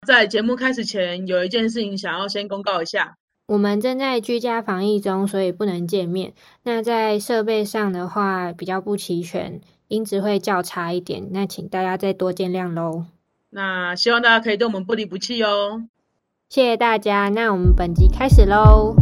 在节目开始前，有一件事情想要先公告一下。 我们正在居家防疫中，所以不能见面。那在设备上的话，比较不齐全，音质会较差一点，那请大家再多见谅咯。 那希望大家可以对我们不离不弃哦。 谢谢大家，那我们本集开始咯。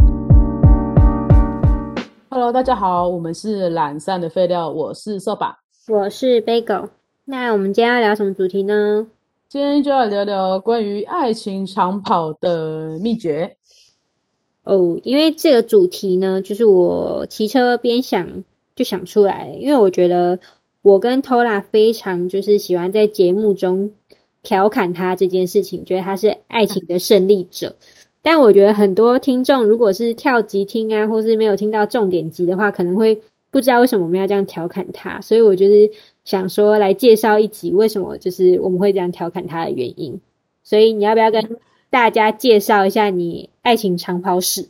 Hello，大家好，我们是懒散的废料，我是扫把， 我是 Bagel。那我们今天要聊什么主题呢？ 今天就要聊聊关于爱情长跑的秘诀。 因为这个主题呢，就是我骑车边想就想出来了，因为我觉得我跟 Tola 非常就是喜欢在节目中调侃他这件事情，觉得他是爱情的胜利者。但我觉得很多听众如果是跳集听啊，或是没有听到重点集的话，可能会不知道为什么我们要这样调侃他，所以我就是想说来介绍一集为什么就是我们会这样调侃他的原因。所以你要不要跟大家介绍一下你爱情长跑史？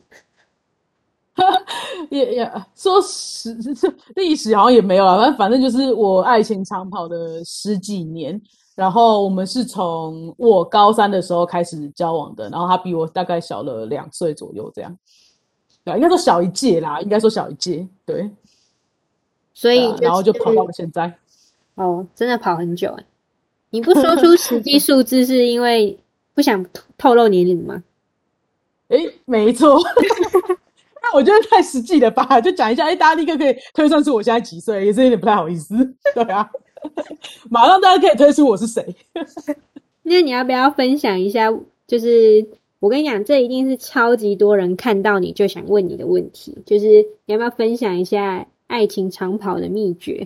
也说历史好像也没有啦，反正就是我爱情长跑的十几年。然后我们是从我高三的时候开始交往的，然后他比我大概小了2岁左右，这样。对，应该说小一届啦，应该说小一届，对。 所以然后就跑到了现在。 真的跑很久欸。你不说出实际数字是因为不想透露年龄吗？ 没错。那我觉得太实际了吧，就讲一下，大家立刻可以推算出我现在几岁，也是有点不太好意思。对啊，马上大家可以推出我是谁。 那你要不要分享一下？就是我跟你讲，这一定是超级多人看到你就想问你的问题，就是你要不要分享一下爱情长跑的秘诀？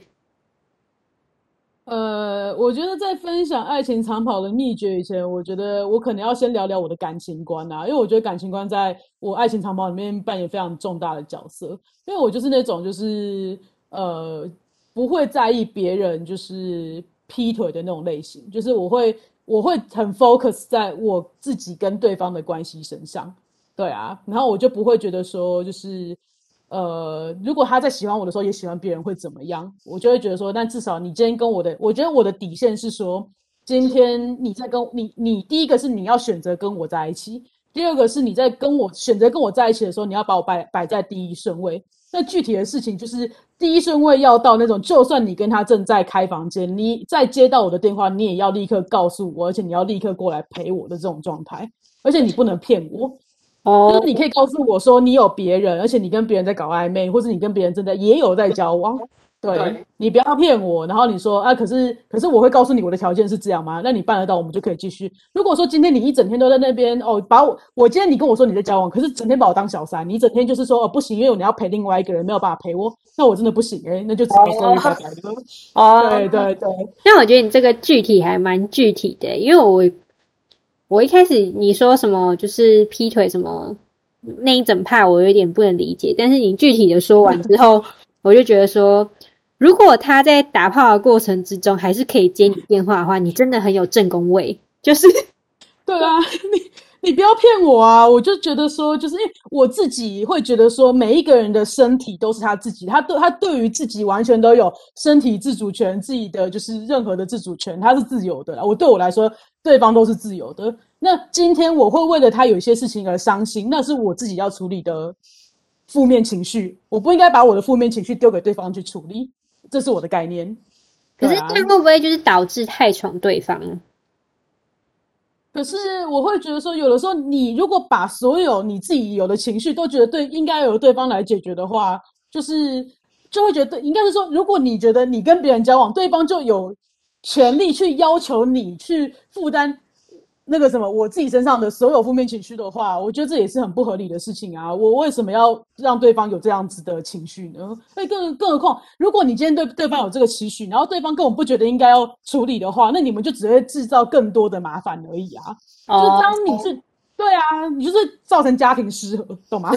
我觉得在分享爱情长跑的秘诀以前，我觉得我可能要先聊聊我的感情观啊，因为我觉得感情观在我爱情长跑里面扮演非常重大的角色。因为我就是那种就是不会在意别人就是劈腿的那种类型，就是我会很 focus 在我自己跟对方的关系身上。对啊，然后我就不会觉得说就是如果他在喜欢我的时候也喜欢别人会怎么样，我就会觉得说，但至少你今天跟我觉得我的底线是说，今天你在跟你第一个是你要选择跟我在一起，第二个是你在选择跟我在一起的时候，你要把我摆在第一顺位。那具体的事情就是第一顺位要到那种，就算你跟他正在开房间，你再接到我的电话，你也要立刻告诉我，而且你要立刻过来陪我的这种状态，而且你不能骗我。就是你可以告诉我说你有别人，而且你跟别人在搞暧昧，或是你跟别人也有在交往。对，你不要骗我，然后你说啊，可是我会告诉你我的条件是这样吗？那你办得到，我们就可以继续。如果说今天你一整天都在那边把我今天你跟我说你在交往，可是整天把我当小三，你整天就是说不行，因为你要陪另外一个人，没有办法陪我，那我真的不行那就只能说拜拜了。对对对。 那我觉得你这个具体还蛮具体的，因为我一开始你说什么就是劈腿什么那一整派，我有点不能理解。但是你具体的说完之后，我就觉得说，如果他在打炮的过程之中还是可以接你电话的话，你真的很有正宫味。就是对啊，你不要骗我啊！我就觉得说，就是因为我自己会觉得说，每一个人的身体都是他自己，他对于自己完全都有身体自主权，自己的就是任何的自主权，他是自由的啦。对我来说，对方都是自由的。那今天我会为了他有一些事情而伤心，那是我自己要处理的负面情绪，我不应该把我的负面情绪丢给对方去处理，这是我的概念。 可是这会不会就是导致太宠对方？ 可是我会觉得说，有的时候你如果把所有你自己有的情绪都觉得应该由对方来解决的话，就会觉得应该是说，如果你觉得你跟别人交往，对方就有权利去要求你去负担那个什么我自己身上的所有负面情绪的话，我觉得这也是很不合理的事情啊！我为什么要让对方有这样子的情绪呢？更何况，如果你今天对对方有这个期许，然后对方根本不觉得应该要处理的话，那你们就只会制造更多的麻烦而已啊！就当你是对啊，你就是造成家庭失和，懂吗？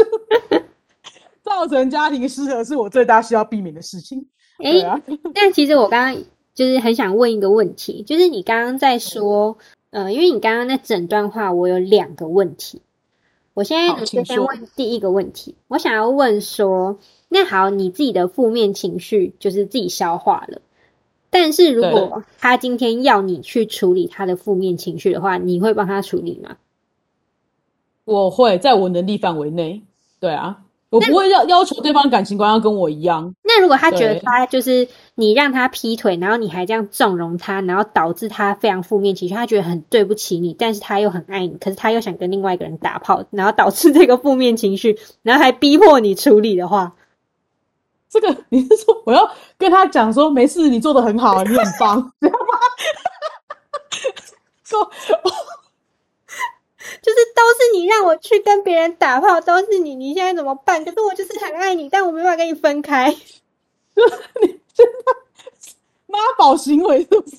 造成家庭失和是我最大需要避免的事情。对啊。 但其实我刚刚就是很想问一个问题，就是你刚刚在说，因为你刚刚那整段话我有2个问题，我现在先问第一个问题，我想要问说，那好，你自己的负面情绪就是自己消化了， 但是如果他今天要你去处理他的负面情绪的话，你会帮他处理吗？ 我会在我能力范围内，对啊，我不会要求对方感情观要跟我一样。 那如果他觉得他就是你让他劈腿，然后你还这样纵容他，然后导致他非常负面情绪，他觉得很对不起你，但是他又很爱你，可是他又想跟另外一个人打炮，然后导致这个负面情绪，然后还逼迫你处理的话， 这个你是说我要跟他讲说没事，你做得很好，你很棒，知道吗？说就是都是你让我去跟别人打炮，都是你现在怎么办？可是我就是很爱你，但我没办法跟你分开。 你真的妈宝行为是不是？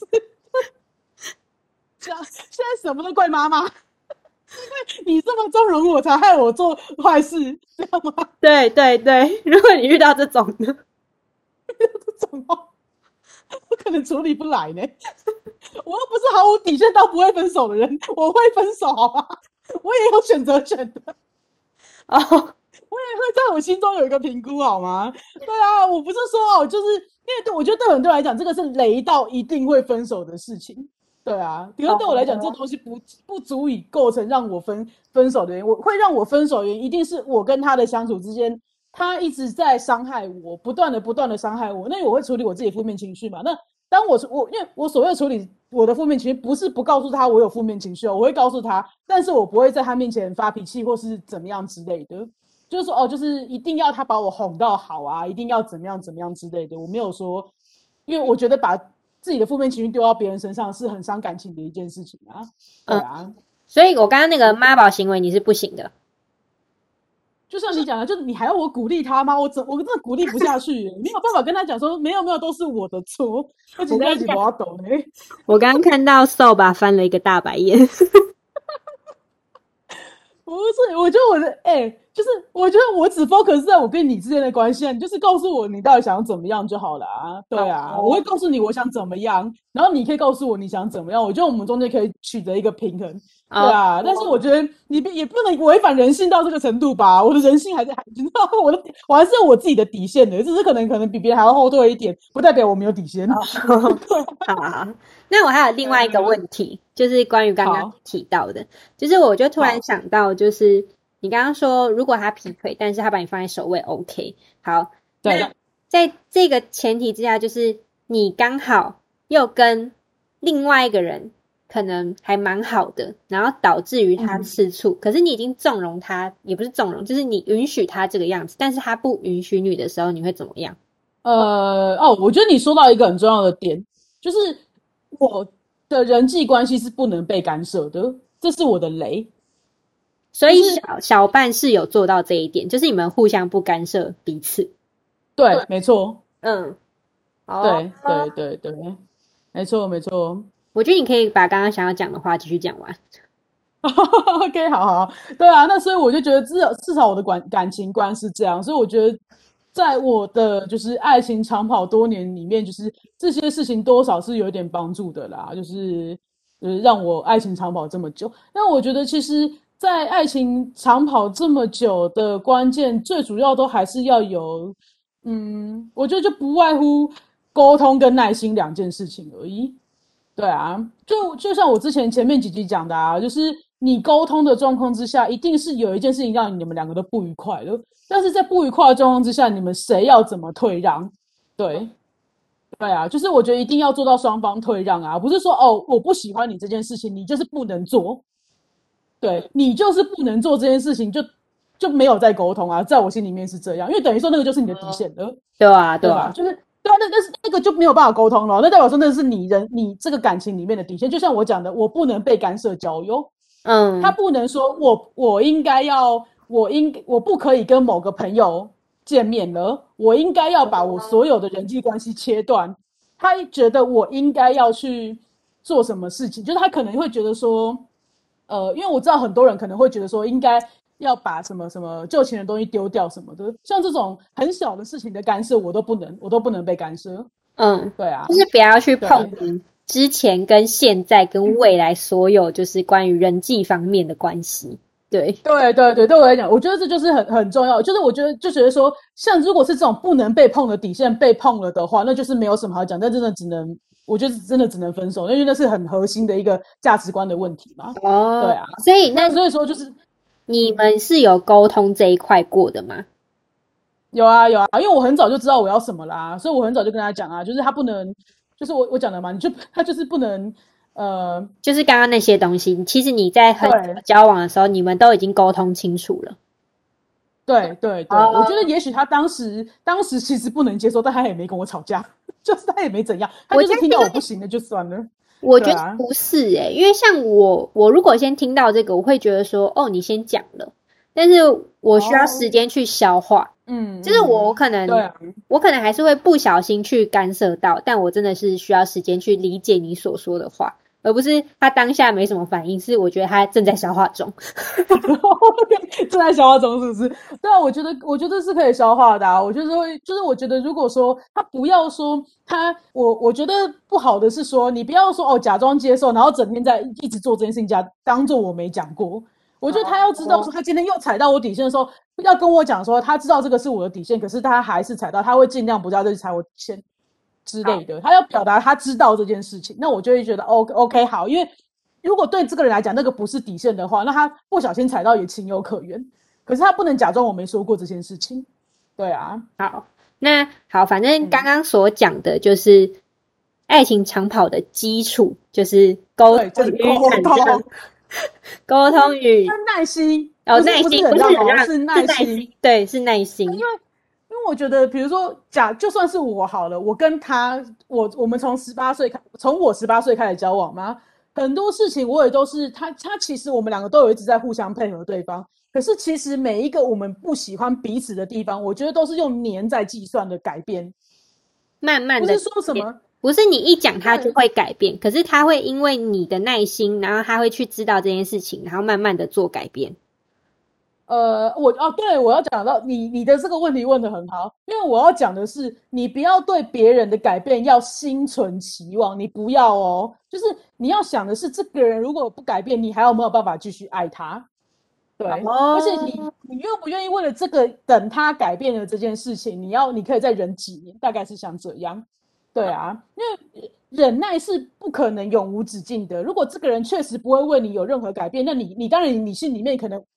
现在什么都怪妈妈，因为你这么纵容我，才害我做坏事，知道吗？ 对对对，如果你遇到这种的， 这种我可能处理不来呢。我又不是毫无底线到不会分手的人，我会分手好吗？我也有选择权的哦， 我也会在我心中有一个评估好吗？对啊，我不是说就是因为我觉得对很多人来讲，这个是雷到一定会分手的事情。对啊，可是对我来讲，这东西不足以构成让我分手的原因。我会让我分手的原因，一定是我跟他的相处之间，他一直在伤害我，不断的伤害我。那我会处理我自己负面情绪嘛？那当因为我所谓处理我的负面情绪，不是不告诉他我有负面情绪我会告诉他，但是我不会在他面前发脾气或是怎么样之类的。就是说就是一定要他把我哄到好啊，一定要怎么样之类的。我没有说，因为我觉得把自己的负面情绪丢到别人身上是很伤感情的一件事情啊。对啊， 所以我刚刚那个妈宝行为你是不行的。 就像你讲的，就是你还要我鼓励他吗？我真的鼓励不下去，没有办法跟他讲说没有都是我的错，而且在一起不要抖呢。 我刚刚看到扫把翻了一个大白眼。 不是，我觉得就是我觉得我只 focus 在我跟你之间的关系，你就是告诉我你到底想怎么样就好了啊。对啊，我会告诉你我想怎么样，然后你可以告诉我你想怎么样。我觉得我们中间可以取得一个平衡。对啊，但是我觉得你也不能违反人性到这个程度吧？我的人性还是你知道，我还是有我自己的底线的，只是可能比别人还要后退一点，不代表我没有底线。 好，那我还有另外一个问题，就是关于刚刚提到的，就是我就突然想到，就是你刚刚说如果他劈腿，但是他把你放在首位 OK， 好， 对， 那在这个前提之下，就是你刚好又跟另外一个人可能还蛮好的，然后导致于他吃醋，可是你已经纵容他，也不是纵容，就是你允许他这个样子，但是他不允许你的时候，你会怎么样？ 我觉得你说到一个很重要的点，就是我的人际关系是不能被干涉的，这是我的雷。 所以小伴是有做到这一点，就是你们互相不干涉彼此。 对，没错。 对， 没错。 我觉得你可以把刚刚想要讲的话继续讲完。 OK， 好，对啊，那所以我就觉得至少我的感情观是这样，所以我觉得在我的就是爱情长跑多年里面，就是这些事情多少是有一点帮助的啦，就是让我爱情长跑这么久。那我觉得其实在爱情长跑这么久的关键，最主要都还是要有我觉得就不外乎沟通跟耐心两件事情而已。对啊，就像我之前前面几集讲的啊，就是你沟通的状况之下，一定是有一件事情让你们两个都不愉快的。但是在不愉快的状况之下，你们谁要怎么退让？对啊，就是我觉得一定要做到双方退让啊，不是说我不喜欢你这件事情，你就是不能做。对，你就是不能做这件事情，就没有在沟通啊，在我心里面是这样，因为等于说那个就是你的底线了。 对啊， 就是。对啊，那个就没有办法沟通了，那代表说那是你这个感情里面的底线。就像我讲的，我不能被干涉交友，他不能说我不可以跟某个朋友见面了，我应该要把我所有的人际关系切断。他觉得我应该要去做什么事情，就是他可能会觉得说，因为我知道很多人可能会觉得说应该。要把什么旧情的东西丢掉什么的，像这种很小的事情的干涉，我都不能被干涉。对啊， 就是不要去碰你之前跟现在跟未来所有就是关于人际方面的关系。 对对对对，对我来讲，我觉得这就是很重要。就是我觉得就觉得说，像如果是这种不能被碰的底线被碰了的话，那就是没有什么好讲，但真的只能，我觉得真的只能分手，因为那是很核心的一个价值观的问题嘛。对啊， 所以所以说就是你们是有沟通这一块过的吗？ 有啊有啊，因为我很早就知道我要什么啦，所以我很早就跟他讲啊，就是他不能，就是我讲的嘛，他就是不能。 就是刚刚那些东西，其实你在很久交往的时候，你们都已经沟通清楚了。 对对对，我觉得也许他当时其实不能接受，但他也没跟我吵架，就是他也没怎样，他就是听到我不行了就算了。 我觉得不是因为像我如果先听到这个，我会觉得说，哦，你先讲了，但是我需要时间去消化。就是我可能还是会不小心去干涉到，但我真的是需要时间去理解你所说的话。而不是他当下没什么反应，是我觉得他正在消化中。 正在消化中是不是？对啊，我觉得是可以消化的啊。我就是我觉得如果说他不要说我觉得不好的是说你不要说假装接受，然后整天在一直做这件事情，当做我没讲过。我觉得他要知道说他今天又踩到我底线的时候，要跟我讲说他知道这个是我的底线，可是他还是踩到，他会尽量不要再去踩我底线。之类的，他要表达他知道这件事情，那我就会觉得 OK 好，因为如果对这个人来讲那个不是底线的话，那他不小心踩到也情有可原。可是他不能假装我没说过这件事情。对啊， 好，反正刚刚所讲的就是爱情长跑的基础，就是沟通与耐心。 耐心不是忍让， 是耐心。 对，是耐心。 因为我觉得，比如说，就算是我好了，我跟他，我们从我18岁开始交往嘛，很多事情我也都是他其实我们两个都有一直在互相配合对方，可是其实每一个我们不喜欢彼此的地方，我觉得都是用年在计算的改变， 慢慢的， 不是说什么， 不是你一讲他就会改变，可是他会因为你的耐心，然后他会去知道这件事情，然后慢慢的做改变。 对，我要讲到你的这个问题问得很好，因为我要讲的是，你不要对别人的改变要心存期望，你不要就是你要想的是，这个人如果不改变，你还有没有办法继续爱他？对，而且你愿不愿意为了这个等他改变的这件事情，你可以再忍几年，大概是像这样。对啊，因为忍耐是不可能永无止境的。如果这个人确实不会为你有任何改变，那你当然你心里面可能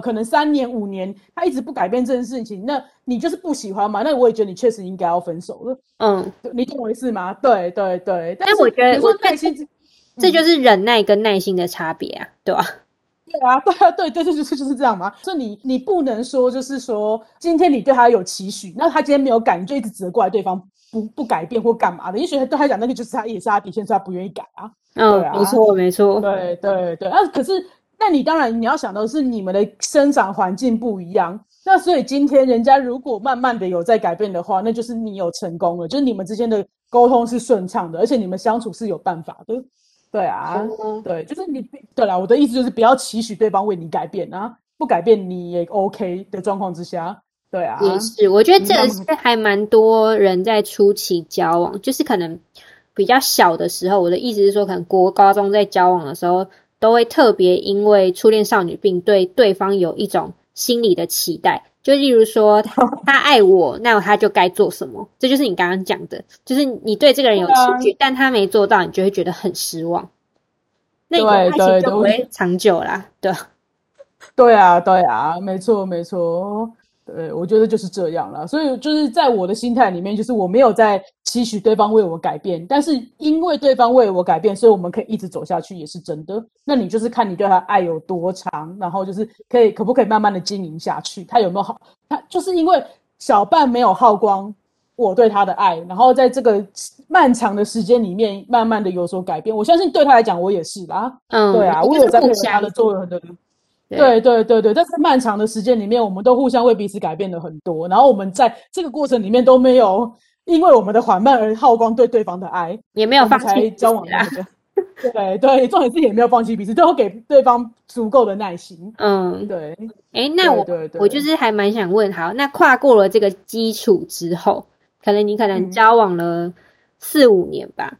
3年5年他一直不改变这件事情，那你就是不喜欢嘛？那我也觉得你确实应该要分手了。你懂我意思吗？对对对。但我觉得耐心， 这就是忍耐跟耐心的差别啊，对吧？ 对，就是这样嘛。所以你不能说就是说今天你对他有期许，那他今天没有改，你就一直责怪对方不改变或干嘛的？也许对他讲那个就是也是他底线，所以他不愿意改啊。对啊， 没错。 对对对。可是那你当然你要想的是你们的生长环境不一样，那所以今天人家如果慢慢的有在改变的话，那就是你有成功了，就是你们之间的沟通是顺畅的，而且你们相处是有办法的。对啊，对，就是对啦，我的意思就是不要期许对方为你改变啊，不改变你也 OK 的状况之下。对啊， 也是，我觉得这是还蛮多人在初期交往，就是可能比较小的时候，我的意思是说，可能国高中在交往的时候，都会特别因为初恋少女病对对方有一种心理的期待，就例如说他爱我，那他就该做什么，这就是你刚刚讲的，就是你对这个人有期许，但他没做到，你就会觉得很失望，那你的爱情就不会长久啦。 对啊，没错没错。对，我觉得就是这样啦。所以就是在我的心态里面，就是我没有在期许对方为我改变，但是因为对方为我改变，所以我们可以一直走下去，也是真的。那你就是看你对他爱有多长，然后就是可不可以慢慢的经营下去，他有没有好？他就是因为小半没有耗光我对他的爱，然后在这个漫长的时间里面，慢慢的有所改变。我相信对他来讲，我也是啦。对啊，我有在配合他的做了很多。对，在这漫长的时间里面，我们都互相为彼此改变了很多，然后我们在这个过程里面都没有因为我们的缓慢而耗光对方的爱， 也没有放弃交往对，重点是也没有放弃彼此，最后给对方足够的耐心。对。 那我就是还蛮想问，好，那跨过了这个基础之后，你可能交往了4-5年吧，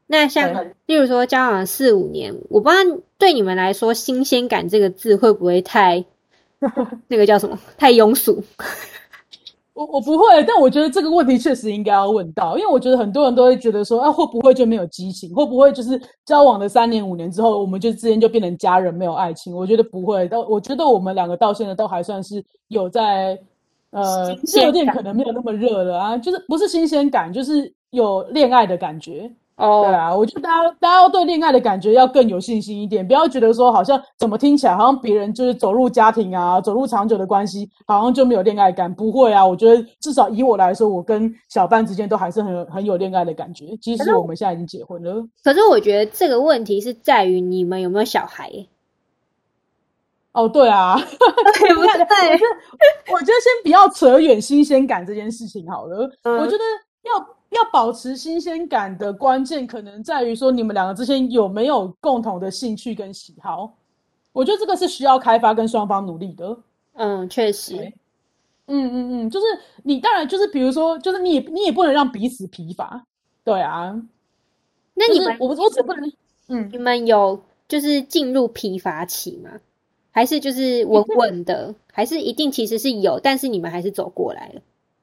那像例如说交往了4-5年，我不知道对你们来说新鲜感这个字会不会太那个叫什么太庸俗？ 我不会，但我觉得这个问题确实应该要问到，因为我觉得很多人都会觉得说，啊，会不会就没有激情？会不会就是交往了3年5年之后，我们就之间就变成家人，没有爱情？我觉得不会，但我觉得我们2个到现在都还算是有在热恋，可能没有那么热了啊，就是不是新鲜感，就是有恋爱的感觉。对啊，我觉得大家要对恋爱的感觉要更有信心一点，不要觉得说好像怎么听起来好像别人就是走入家庭啊，走入长久的关系，好像就没有恋爱感。不会啊，我觉得至少以我来说，我跟小伴之间都还是很有恋爱的感觉，即使我们现在已经结婚了。 可是我觉得这个问题是在于你们有没有小孩耶。 哦，对啊， 对不对？ 我觉得先不要扯远新鲜感这件事情好了。我觉得要保持新鲜感的关键，可能在于说你们2个之间有没有共同的兴趣跟喜好。我觉得这个是需要开发跟双方努力的。 确实。 就是你当然就是比如说，就是你也不能让彼此疲乏。对啊。 那你们、 就是我只不能你们有就是进入疲乏期吗？还是就是稳稳的？还是一定其实是有，但是你们还是走过来了？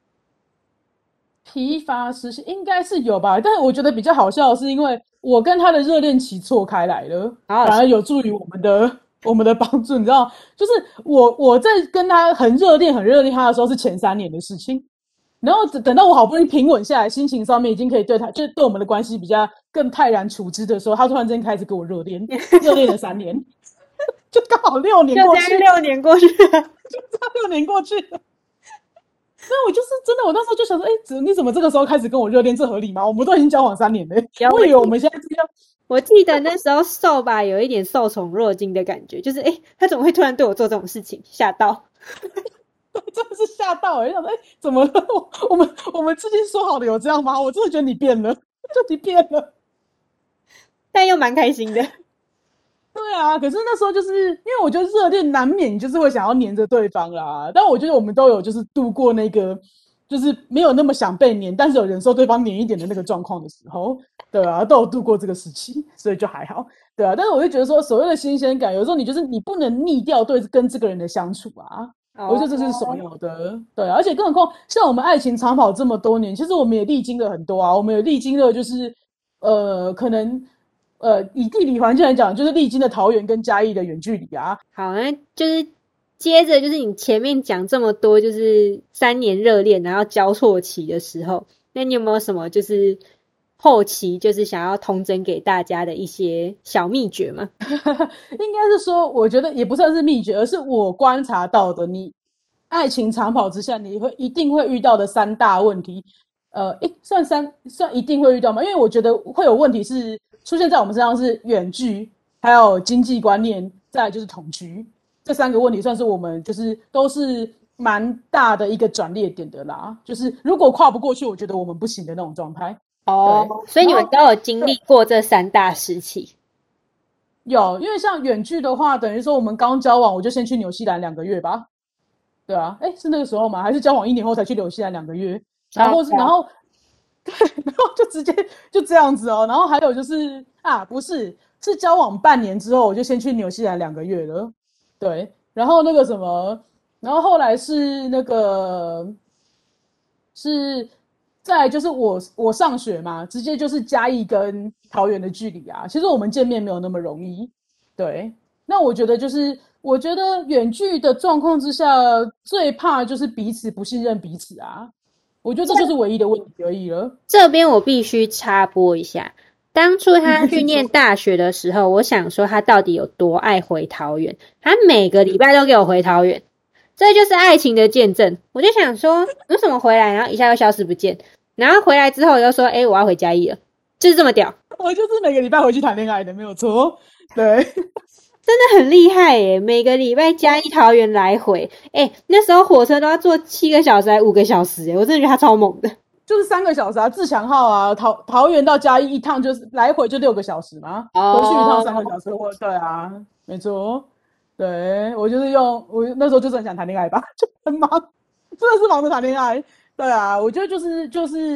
疲乏时期应该是有吧，但是我觉得比较好笑的是，因为我跟他的热恋期错开来了，反而有助于我们的帮助。你知道，就是我在跟他很热恋他的时候是前3年的事情，然后等到我好不容易平稳下来，心情上面已经可以对他，就是对我们的关系比较更泰然处之的时候，他突然间开始跟我热恋了3年，就刚好6年过去， 就这样6年过去了， 就这样6年过去了。那我就是真的，我那时候就想说，你怎么这个时候开始跟我热恋，这合理吗？我们都已经交往3年了，我以为我们现在这样。 我记得那时候瘦吧，有一点受宠若惊的感觉，就是他怎么会突然对我做这种事情，吓到。 真的是吓到想说怎么了？我们之前说好的有这样吗？我真的觉得你变了，就你变了， 但又蛮开心的。 对啊，可是那时候就是因为我觉得热恋难免就是会想要黏着对方啦，但我觉得我们都有就是度过那个就是没有那么想被黏，但是有忍受对方黏一点的那个状况的时候，对啊，都有度过这个时期，所以就还好，对啊。但是我就觉得说，所谓的新鲜感，有时候你就是你不能逆掉对跟这个人的相处啊，我觉得这是首要的，对啊。而且更何况像我们爱情长跑这么多年，其实我们也历经了很多啊，我们也历经了就是可能。以地理环境来讲，就是历经的桃园跟嘉义的远距离啊。 好，那就是接着就是你前面讲这么多，就是3年热恋，然后交错期的时候，那你有没有什么就是后期就是想要通真给大家的一些小秘诀吗？ 应该是说，我觉得也不算是秘诀，而是我观察到的，你爱情长跑之下，你一定会遇到的3大问题。算一定会遇到吗？因为我觉得会有问题是出现在我们身上是远距，还有经济观念，再来就是同居，这3个问题算是我们就是都是蛮大的一个转捩点的啦。就是如果跨不过去，我觉得我们不行的那种状态。 所以你们都有经历过这3大时期。 有，因为像远距的话，等于说我们刚交往，我就先去纽西兰2个月吧。对啊，是那个时候吗？还是交往1年后才去纽西兰2个月？然后对，然后就直接就这样子哦。然后还有就是不是交往半年之后，我就先去纽西兰2个月了。对，然后那个什么，然后后来是那个是再就是我上学嘛，直接就是嘉义跟桃园的距离啊。其实我们见面没有那么容易。对，那我觉得远距的状况之下，最怕就是彼此不信任彼此啊。我觉得这就是唯一的问题而已了。 这边我必须插播一下，当初他去念大学的时候，我想说他到底有多爱回桃园，他每个礼拜都给我回桃园，这就是爱情的见证。我就想说为什么回来然后一下又消失不见，然后回来之后又说我要回嘉义了，就是这么屌。 我就是每个礼拜回去谈恋爱的，没有错。对， 真的很厉害耶，每个礼拜嘉义桃园来回，那时候火车都要坐7个小时还5个小时耶，我真的觉得他超猛的。 就是3个小时啊，自强号啊，桃园到嘉义一趟就是来回就6个小时嘛，回去一趟3个小时。对啊，没错。对，我就是我那时候就是很想谈恋爱吧，就很忙，真的是忙着谈恋爱。对啊，我觉得就是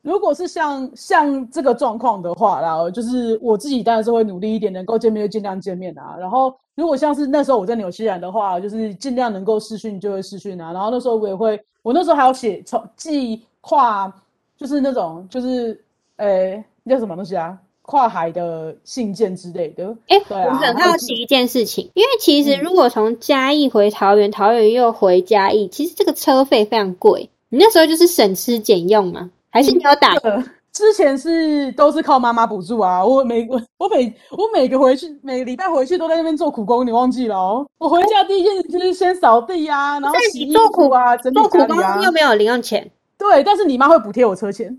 如果是像这个状况的话啦，就是我自己当然是会努力一点，能够见面就尽量见面啊。然后如果像是那时候我在纽西兰的话，就是尽量能够视讯就会视讯啊。然后那时候我也会，我那时候还要寄跨，就是那种就是叫什么东西啊？跨海的信件之类的。对啊， 我很好奇一件事情，因为其实如果从嘉义回桃园，桃园又回嘉义，其实这个车费非常贵。你那时候就是省吃俭用吗？还是你有打？ 之前都是靠妈妈补助啊。我每个礼拜回去都在那边做苦工，你忘记了哦？我回家第一件事就是先扫地啊，然后洗衣服啊，整理家里啊。 做苦工又没有零用钱。 对，但是你妈会补贴我车钱。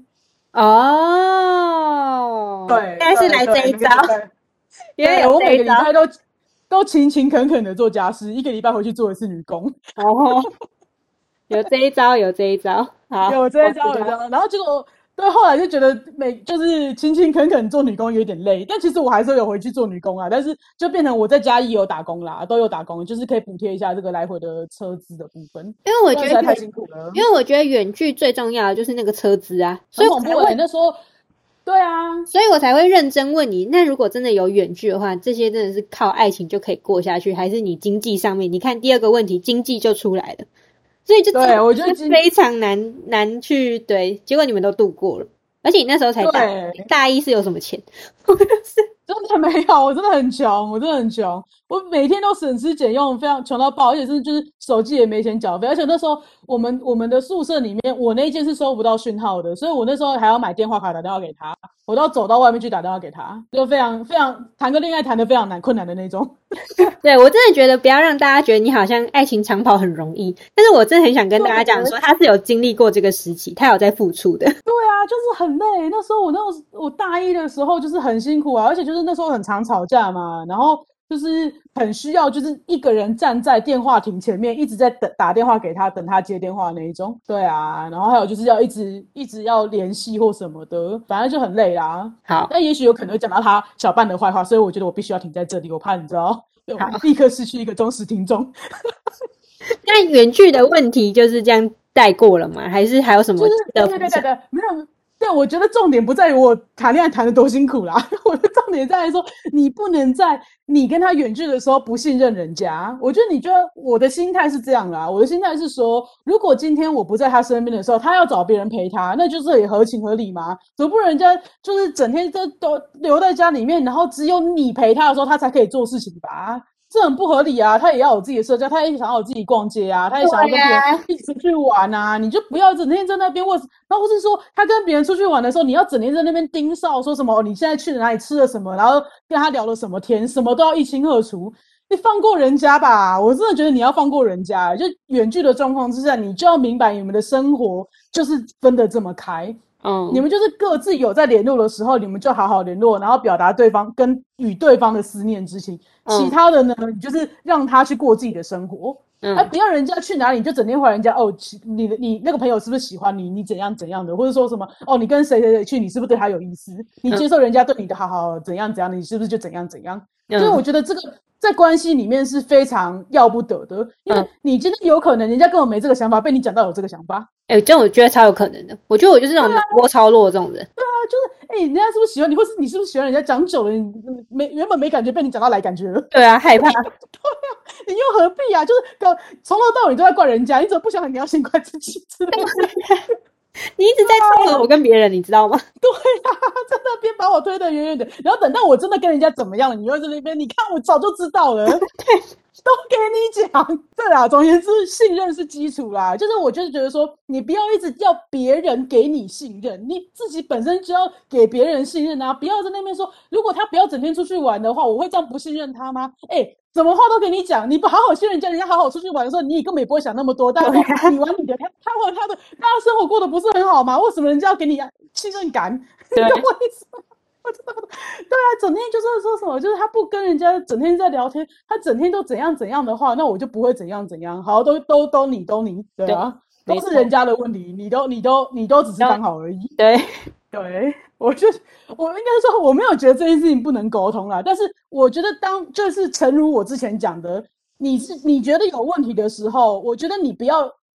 哦， 对， 原来是来这一招。 因为我每个礼拜都勤勤恳恳的做家事，一个礼拜回去做一次女工。 哦，有这一招，有这一招，好， 有这一招，然后结果对，后来就觉得就是勤勤恳恳做女工有点累，但其实我还是有回去做女工啊，但是就变成我在嘉义有打工啦，都有打工，就是可以补贴一下这个来回的车资的部分。 因为我觉得太辛苦了， 因为我觉得远距最重要的就是那个车资啊，所以很恐怖欸，那时候。对啊， 所以我才会认真问你，那如果真的有远距的话，这些真的是靠爱情就可以过下去，还是你经济上面？你看第二个问题，经济就出来了，所以就对我觉得非常难去对。结果你们都度过了，而且你那时候才大一是有什么钱？ 真的没有，我真的很穷，我每天都省吃俭用，非常穷到爆，而且就是手机也没钱缴费，而且那时候我们的宿舍里面，我那一间是收不到讯号的，所以我那时候还要买电话卡打电话给他，我都要走到外面去打电话给他，就非常非常谈个恋爱谈得非常困难的那种。 对，我真的觉得不要让大家觉得你好像爱情长跑很容易，但是我真的很想跟大家讲说，他是有经历过这个时期，他有在付出的。对啊，就是很累。那时候我大一的时候就是很辛苦啊，而且就是那时候很常吵架嘛，然后就是很需要就是一个人站在电话亭前面一直在打电话给他，等他接电话那一种。对啊，然后还有就是要一直要联系或什么的，反正就很累啦。 好， 但也许有可能会讲到他小伴的坏话，所以我觉得我必须要停在这里，我怕你知道，立刻失去一个忠实听众。 那远距的问题就是这样带过了吗？还是还有什么？ 对，没有。对，我觉得重点不在于我谈恋爱谈得多辛苦啦，我的重点在于说，你不能在你跟他远距的时候不信任人家。我觉得我的心态是这样啦，我的心态是说，如果今天我不在他身边的时候，他要找别人陪他，那就是也合情合理嘛。总不能人家就是整天都留在家里面，然后只有你陪他的时候，他才可以做事情吧。这很不合理啊！他也要有自己的社交，他也想要有自己逛街啊，他也想要跟别人一起出去玩啊。你就不要整天在那边然后或是说他跟别人出去玩的时候，你要整天在那边盯梢，说什么你现在去了哪里，吃了什么，然后跟他聊了什么天，什么都要一清二楚。你放过人家吧！我真的觉得你要放过人家。就远距的状况之下，你就要明白你们的生活就是分得这么开。你们就是各自有在联络的时候，你们就好好联络，然后表达对方与对方的思念之情。其他的呢，你就是让他去过自己的生活。不要人家去哪里你就整天怀人家你那个朋友是不是喜欢你，你怎样怎样的，或者说什么你跟谁谁谁去，你是不是对他有意思？你接受人家对你的好怎样怎样，你是不是就怎样怎样？所以我觉得这个在关系里面是非常要不得的，因为你今天有可能人家根本没这个想法，被你讲到有这个想法。 这我觉得超有可能的。我觉得我就是这种波超弱这种人。 对啊，就是人家是不是喜欢你，或是你是不是喜欢人家讲久了，你原本没感觉，被你讲到来感觉了。 对啊，害怕。 对啊，你又何必啊？就是从头到尾都在怪人家，你怎么不想你要先怪自己之类的？ 你一直在撮合我跟别人，你知道吗？ 对啊，在那边把我推得远远的，然后等到我真的跟人家怎么样了，你又在那边，你看我早就知道了。对。都给你讲。对啦，总而言之，信任是基础啦。就是我就是觉得说，你不要一直要别人给你信任，你自己本身就要给别人信任啊！不要在那边说，如果他不要整天出去玩的话，我会这样不信任他吗？什么话都给你讲，你不好好信任人家，人家好好出去玩的时候，你根本也不会想那么多。大家说你玩你的，他玩他的，大家生活过得不是很好吗？为什么人家要给你信任感？对，为什么？对啊，整天就是说什么，就是他不跟人家整天在聊天，他整天都怎样怎样的话，那我就不会怎样怎样。好，都你，对啊，都是人家的问题，你都只是刚好而已。 对， 我应该说我没有觉得这件事情不能沟通啦，但是我觉得就是诚如我之前讲的，你觉得有问题的时候，我觉得你不要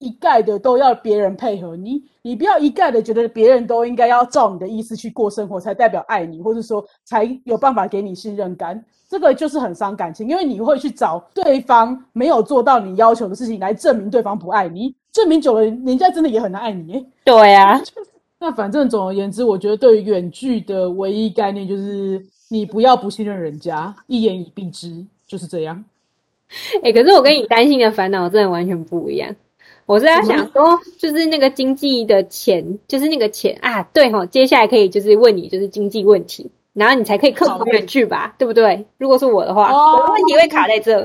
一概的都要别人配合你，你不要一概的觉得别人都应该要照你的意思去过生活才代表爱你，或者说才有办法给你信任感。这个就是很伤感情，因为你会去找对方没有做到你要求的事情来证明对方不爱你，证明久了人家真的也很难爱你。 对啊， 那反正总而言之，我觉得对于远距的唯一概念就是你不要不信任人家，一言以蔽之，就是这样。 可是我跟你担心的烦恼真的完全不一样。我是要想说，就是那个经济的钱，就是那个钱啊，对齁，接下来可以就是问你就是经济问题，然后你才可以克服远距吧，对不对？如果是我的话，我的问题会卡在这。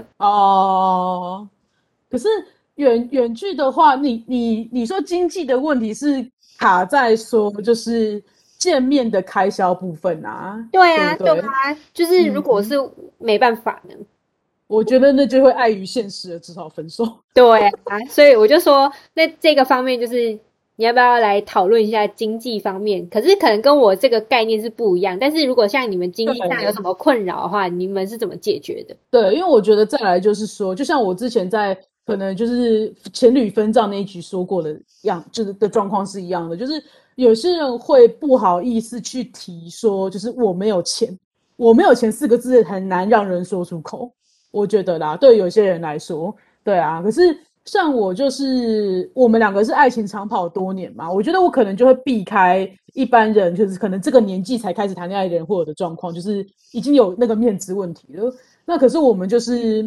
可是远距的话，你说经济的问题是卡在说就是见面的开销部分啊？ 对啊， 对不对？ 对啊，就是如果是没办法呢？ 我觉得那就会碍于现实了，只好分手。 对啊，所以我就说，那这个方面就是你要不要来讨论一下经济方面？可是可能跟我这个概念是不一样。但是如果像你们经济上有什么困扰的话，你们是怎么解决的？ 对，因为我觉得再来就是说，就像我之前在可能就是前旅分账那一局说过的样，就是的状况是一样的，就是有些人会不好意思去提说，就是我没有钱，我没有钱四个字很难让人说出口。我觉得啦，对有些人来说，对啊。可是像我就是我们两个是爱情长跑多年嘛，我觉得我可能就会避开一般人，就是可能这个年纪才开始谈恋爱的人会有的状况，就是已经有那个面子问题了。那可是我们就是，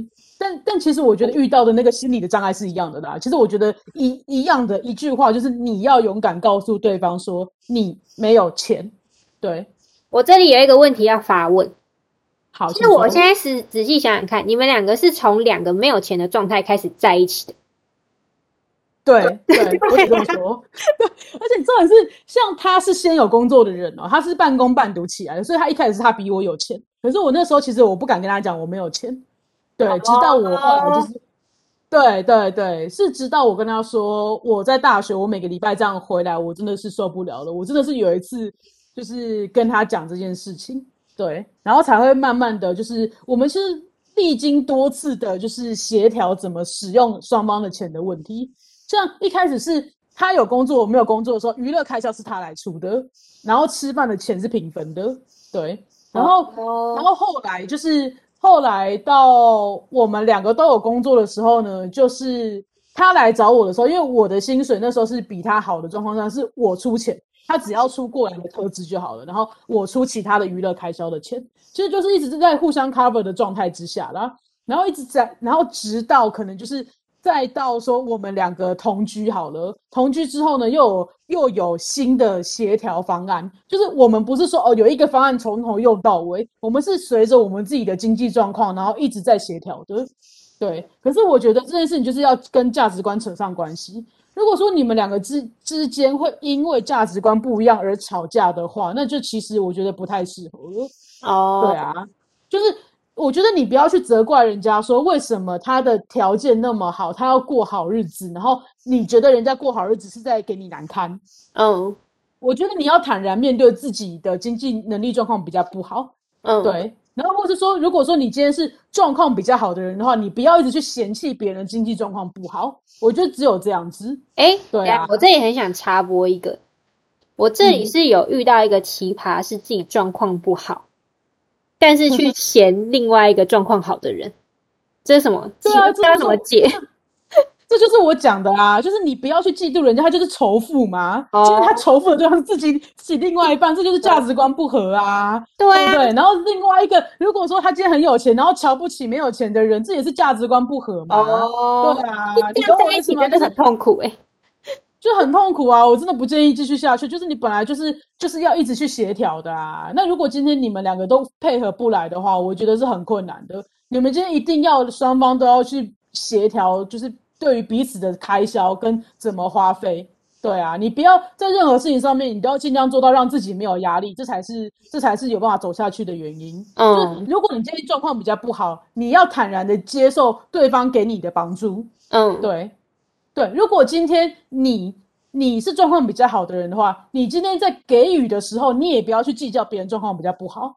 但其实我觉得遇到的那个心理的障碍是一样的啦。其实我觉得一样的一句话就是你要勇敢告诉对方说你没有钱。对， 我这里有一个问题要发问。 好， 其实我现在是仔细想想看，你们两个是从两个没有钱的状态开始在一起的。 对，我得这么说。对，而且重点是，像他是先有工作的人哦，他是半工半读起来的，所以他一开始是他比我有钱。可是我那时候其实我不敢跟他讲我没有钱，对，直到我后来就是，对，是直到我跟他说我在大学，我每个礼拜这样回来，我真的是受不了了。我真的是有一次就是跟他讲这件事情，对，然后才会慢慢的就是我们是历经多次的，就是协调怎么使用双方的钱的问题。像一开始是他有工作我没有工作的时候，娱乐开销是他来出的，然后吃饭的钱是平分的，对，然后后来就是后来到我们两个都有工作的时候呢，就是他来找我的时候，因为我的薪水那时候是比他好的状况下，是我出钱，他只要出过来的特资就好了，然后我出其他的娱乐开销的钱，其实就是一直在互相 cover 的状态之下啦，然后一直在，然后直到可能就是再到说我们两个同居好了，同居之后呢，又有新的协调方案，就是我们不是说有一个方案从头用到尾，我们是随着我们自己的经济状况，然后一直在协调的。对，可是我觉得这件事情就是要跟价值观扯上关系。如果说你们两个之间会因为价值观不一样而吵架的话，那就其实我觉得不太适合了。对啊，就是我觉得你不要去责怪人家说为什么他的条件那么好，他要过好日子，然后你觉得人家过好日子是在给你难堪。我觉得你要坦然面对自己的经济能力状况比较不好。对。然后或是说，如果说你今天是状况比较好的人的话，你不要一直去嫌弃别人经济状况不好。我觉得只有这样子。对啊， 我这里很想插播一个，我这里是有遇到一个奇葩，是自己状况不好，但是去嫌另外一个状况好的人，这是什么？ 对啊， 这要怎么解？ 这就是我讲的啊，就是你不要去嫉妒人家，他就是仇富嘛。今天他仇富的对象是自己另外一半，这就是价值观不合啊，对不对？然后另外一个，如果说他今天很有钱，然后瞧不起没有钱的人，这也是价值观不合嘛。对啊， 你懂我意思吗？就是很痛苦就很痛苦啊！我真的不建议继续下去。就是你本来就是要一直去协调的啊。那如果今天你们两个都配合不来的话，我觉得是很困难的。你们今天一定要双方都要去协调，就是对于彼此的开销跟怎么花费。对啊，你不要在任何事情上面，你都要尽量做到让自己没有压力，这才是有办法走下去的原因。就如果你今天状况比较不好，你要坦然的接受对方给你的帮助。对，如果今天你是状况比较好的人的话，你今天在给予的时候，你也不要去计较别人状况比较不好。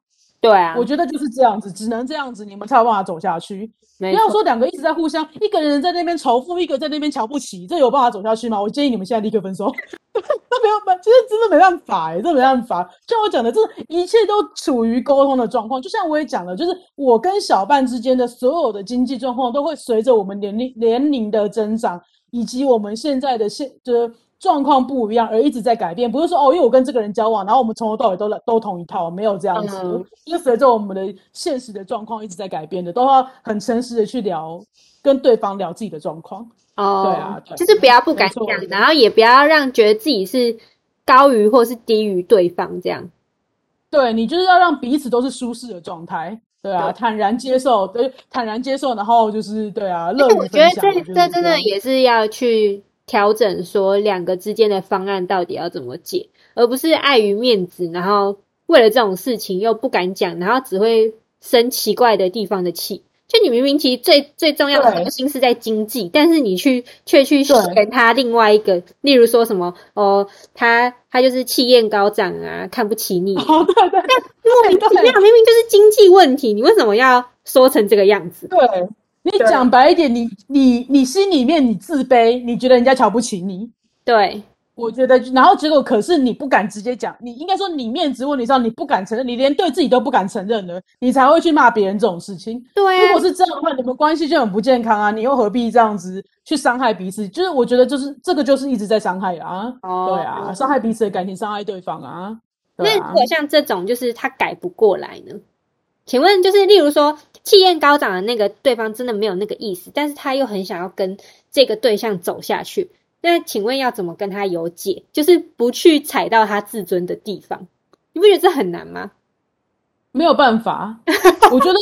对啊， 我觉得就是这样子，只能这样子，你们才有办法走下去。不没错， 要说两个一直在互相，一个人在那边仇富，一个在那边瞧不起，这有办法走下去吗？我建议你们现在立刻分手。那没有办，其实真的没办法这没办法。像我讲的，这一切都处于沟通的状况。就像我也讲了，就是我跟小伴之间的所有的经济状况，都会随着我们年龄的增长，以及我们现在的状况不一样而一直在改变。不是说因为我跟这个人交往，然后我们从头到尾都同一套，没有这样子的。就是随着我们的现实的状况一直在改变的，都要很诚实的去跟对方聊自己的状况。对啊， 就是不要不敢讲，然后也不要让觉得自己是高于或是低于对方这样。 对，你就是要让彼此都是舒适的状态。对啊，坦然接受，然后就是对啊，乐于分享。 我觉得这真的也是要去调整，说两个之间的方案到底要怎么解，而不是碍于面子，然后为了这种事情又不敢讲，然后只会生奇怪的地方的气。就你明明其实最重要的核心是在经济，但是你却去嫌他另外一个，例如说什么他就是气焰高涨啊，看不起你。 对，莫名其妙，明明就是经济问题，你为什么要说成这个样子？ 对，你讲白一点，你心里面你自卑，你觉得人家瞧不起你。 对。 我觉得，然后结果可是你不敢直接讲，你应该说你面子问题上你不敢承认，你连对自己都不敢承认了，你才会去骂别人这种事情。 对啊， 如果是这样的话，你们关系就很不健康啊！你又何必这样子去伤害彼此？就是我觉得这个就是一直在伤害啊，对啊，伤害彼此的感情，伤害对方啊。 那如果像这种就是他改不过来呢？请问就是例如说气焰高涨的那个对方真的没有那个意思，但是他又很想要跟这个对象走下去。那请问要怎么跟他有解？就是不去踩到他自尊的地方，你不觉得这很难吗？ 没有办法，我觉得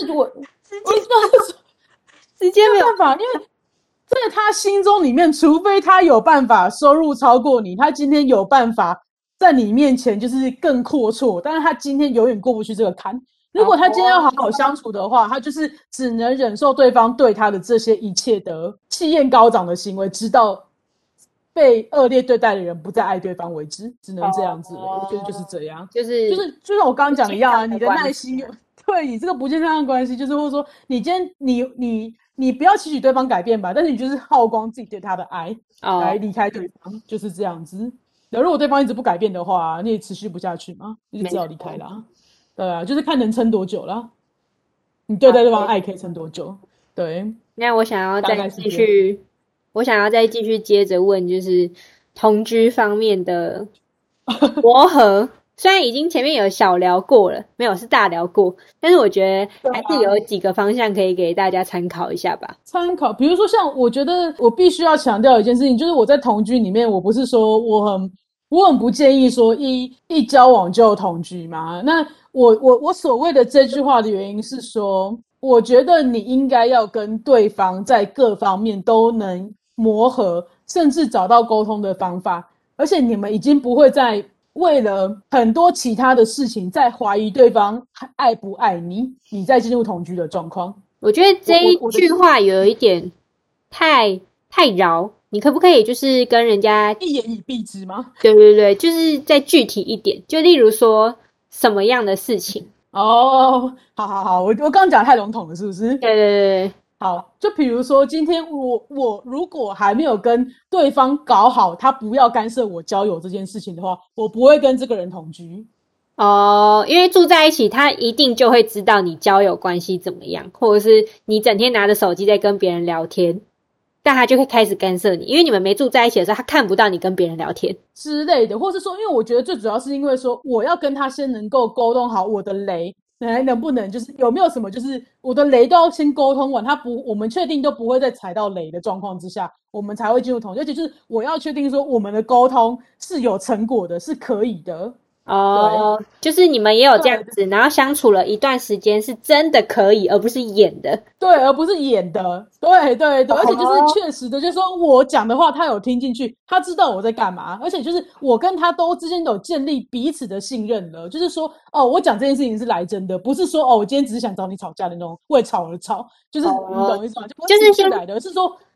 直接没有办法，因为在他心中里面，除非他有办法收入超过你，他今天有办法在你面前就是更阔绰，但是他今天永远过不去这个坎。如果他今天要好好相处的话，他就是只能忍受对方对他的这些一切的气焰高涨的行为，直到被恶劣对待的人不再爱对方为止，只能这样子了。我觉得就是这样，就像我刚刚讲的一样啊，你的耐心对你这个不健康的关系，就是或者说你今天你不要期许对方改变吧，但是你就是耗光自己对他的爱来离开对方，就是这样子。如果对方一直不改变的话，你也持续不下去嘛，你就只好离开啦。对啊，就是看能撑多久啦。你对待对方爱可以撑多久？对。 那我想要再继续接着问，就是同居方面的磨合。虽然已经前面有小聊过了，没有是大聊过，但是我觉得还是有几个方向可以给大家参考一下吧。 参考，比如说像我觉得我必须要强调一件事情，就是我在同居里面，我不是说我很不建议说一交往就同居嘛。那我所谓的这句话的原因是说，我觉得你应该要跟对方在各方面都能磨合，甚至找到沟通的方法，而且你们已经不会再为了很多其他的事情在怀疑对方爱不爱你，你再进入同居的状况。 我觉得这一句话有一点太饶，你可不可以就是跟人家一言以蔽之吗？ 对，就是再具体一点，就例如说什么样的事情。 好，我刚刚讲太笼统了，是不是？ 对。 好，就比如说今天我如果还没有跟对方搞好，他不要干涉我交友这件事情的话，我不会跟这个人同居。 因为住在一起，他一定就会知道你交友关系怎么样，或者是你整天拿着手机在跟别人聊天，但他就会开始干涉你，因为你们没住在一起的时候，他看不到你跟别人聊天之类的，或是说，因为我觉得最主要是因为说，我要跟他先能够沟通好我的雷，能不能就是有没有什么就是我的雷都要先沟通完，我们确定都不会再踩到雷的状况之下，我们才会进入同居，而且就是我要确定说我们的沟通是有成果的，是可以的。 就是你们也有这样子，然后相处了一段时间，是真的可以，而不是演的。 对，而不是演的。对，而且就是确实的，就是说我讲的话他有听进去，他知道我在干嘛，而且就是我跟他都之间有建立彼此的信任了。就是说，我讲这件事情是来真的，不是说我今天只是想找你吵架的那种为吵而吵，就是你懂我意思吗？就不是情绪来的，是说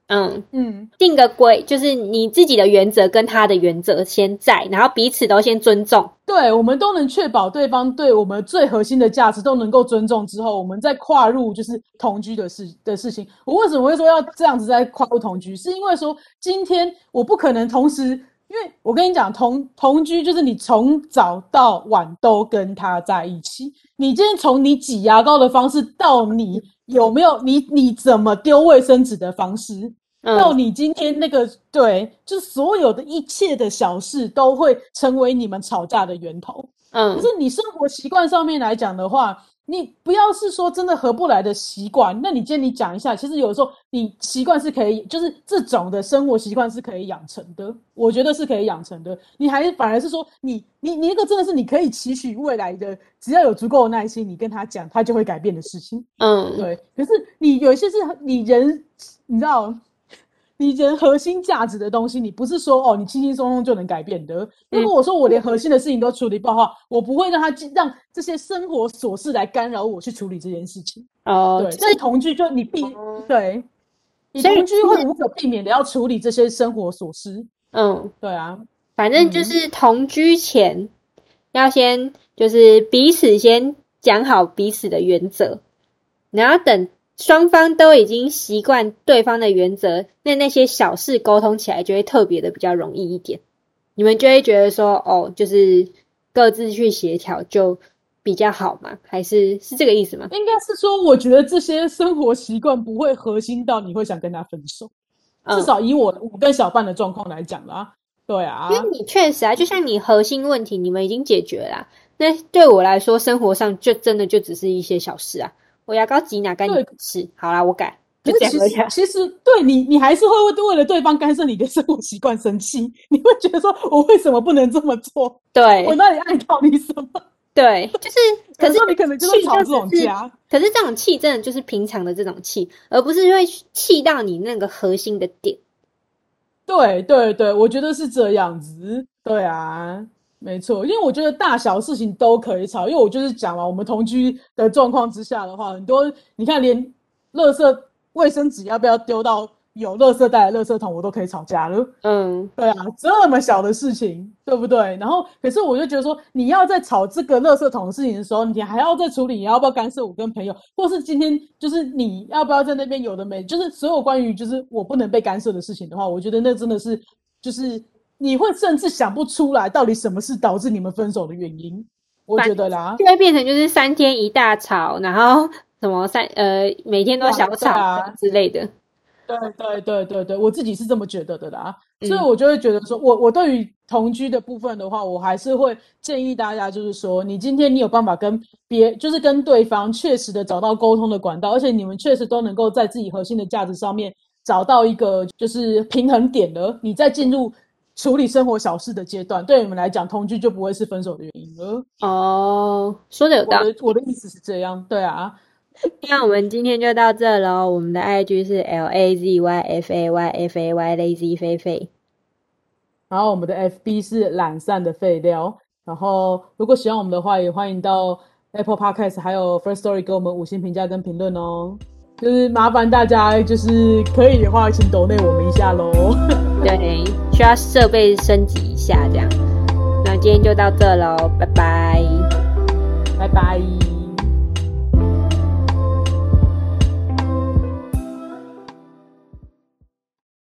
定个规，就是你自己的原则跟他的原则先在，然后彼此都先尊重。 对，我们都能确保对方对我们最核心的价值都能够尊重之后，我们再跨入就是同居的事情。我为什么会说要这样子再跨入同居？是因为说今天我不可能同时，因为我跟你讲，同居就是你从早到晚都跟他在一起。你今天从你挤牙膏的方式到你有没有你怎么丢卫生纸的方式，到你今天那个对，就是所有的一切的小事都会成为你们吵架的源头。可是你生活习惯上面来讲的话，你不要是说真的合不来的习惯，那你今天你讲一下，其实有时候你习惯是可以，就是这种的生活习惯是可以养成的，我觉得是可以养成的。你还反而是说你那个真的是你可以期许未来的，只要有足够的耐心，你跟他讲，他就会改变的事情。对。可是你有一些是你人，你知道。你人核心价值的东西，你不是说你轻轻松松就能改变的。如果我说我连核心的事情都处理不好的话，我不会让这些生活琐事来干扰我去处理这件事情。对，所以同居就你对，你同居会无可避免的要处理这些生活琐事。对啊， 反正就是同居前要先就是彼此先讲好彼此的原则，然后等双方都已经习惯对方的原则，那些小事沟通起来就会特别的比较容易一点，你们就会觉得说就是各自去协调就比较好嘛？还是这个意思吗？ 应该是说我觉得这些生活习惯不会核心到你会想跟他分手，至少以我跟小半的状况来讲啦。对啊， 因为你确实就像你核心问题你们已经解决了啦，那对我来说生活上就真的就只是一些小事啊，我牙膏挤哪干你吃，好啦，我改，就这样而已。 其实对你还是会为了对方干涉你的生活习惯生气，你会觉得说我为什么不能这么做？ 对， 我哪里爱到你什么？ 对，就是可是你可能就是吵这种架， 可是这种气真的就是平常的这种气，而不是会气到你那个核心的点。 对对对，我觉得是这样子。对啊，没错，因为我觉得大小事情都可以吵，因为我就是讲嘛，我们同居的状况之下的话，很多你看连垃圾卫生纸要不要丢到有垃圾袋的垃圾桶，我都可以吵架了。对啊，这么小的事情，对不对？然后可是我就觉得说，你要在吵这个垃圾桶的事情的时候，你还要再处理，你要不要干涉我跟朋友，或是今天就是你要不要在那边有的没，就是所有关于就是我不能被干涉的事情的话，我觉得那真的是就是你会甚至想不出来到底什么是导致你们分手的原因，我觉得啦， 就会变成就是3天一大吵，然后什么每天都小吵之类的。 对，我自己是这么觉得的啦。所以我就会觉得说，我对于同居的部分的话，我还是会建议大家，就是说，你今天你有办法就是跟对方确实的找到沟通的管道，而且你们确实都能够在自己核心的价值上面找到一个就是平衡点了，你再进入处理生活小事的阶段，对你们来讲，同居就不会是分手的原因了。 说的有道理。 我的意思是这样，对啊。 那我们今天就到这咯，我们的 IG 是 LAZYFAYFAY Lazy 菲菲， 然后我们的 FB 是懒散的废料。然后如果喜欢我们的话，也欢迎到 Apple Podcast 还有 First Story 给我们5星评价跟评论哦。就是麻烦大家就是可以的话请抖内我们一下咯。 对，需要设备升级一下这样。那今天就到这咯，拜拜。 拜拜。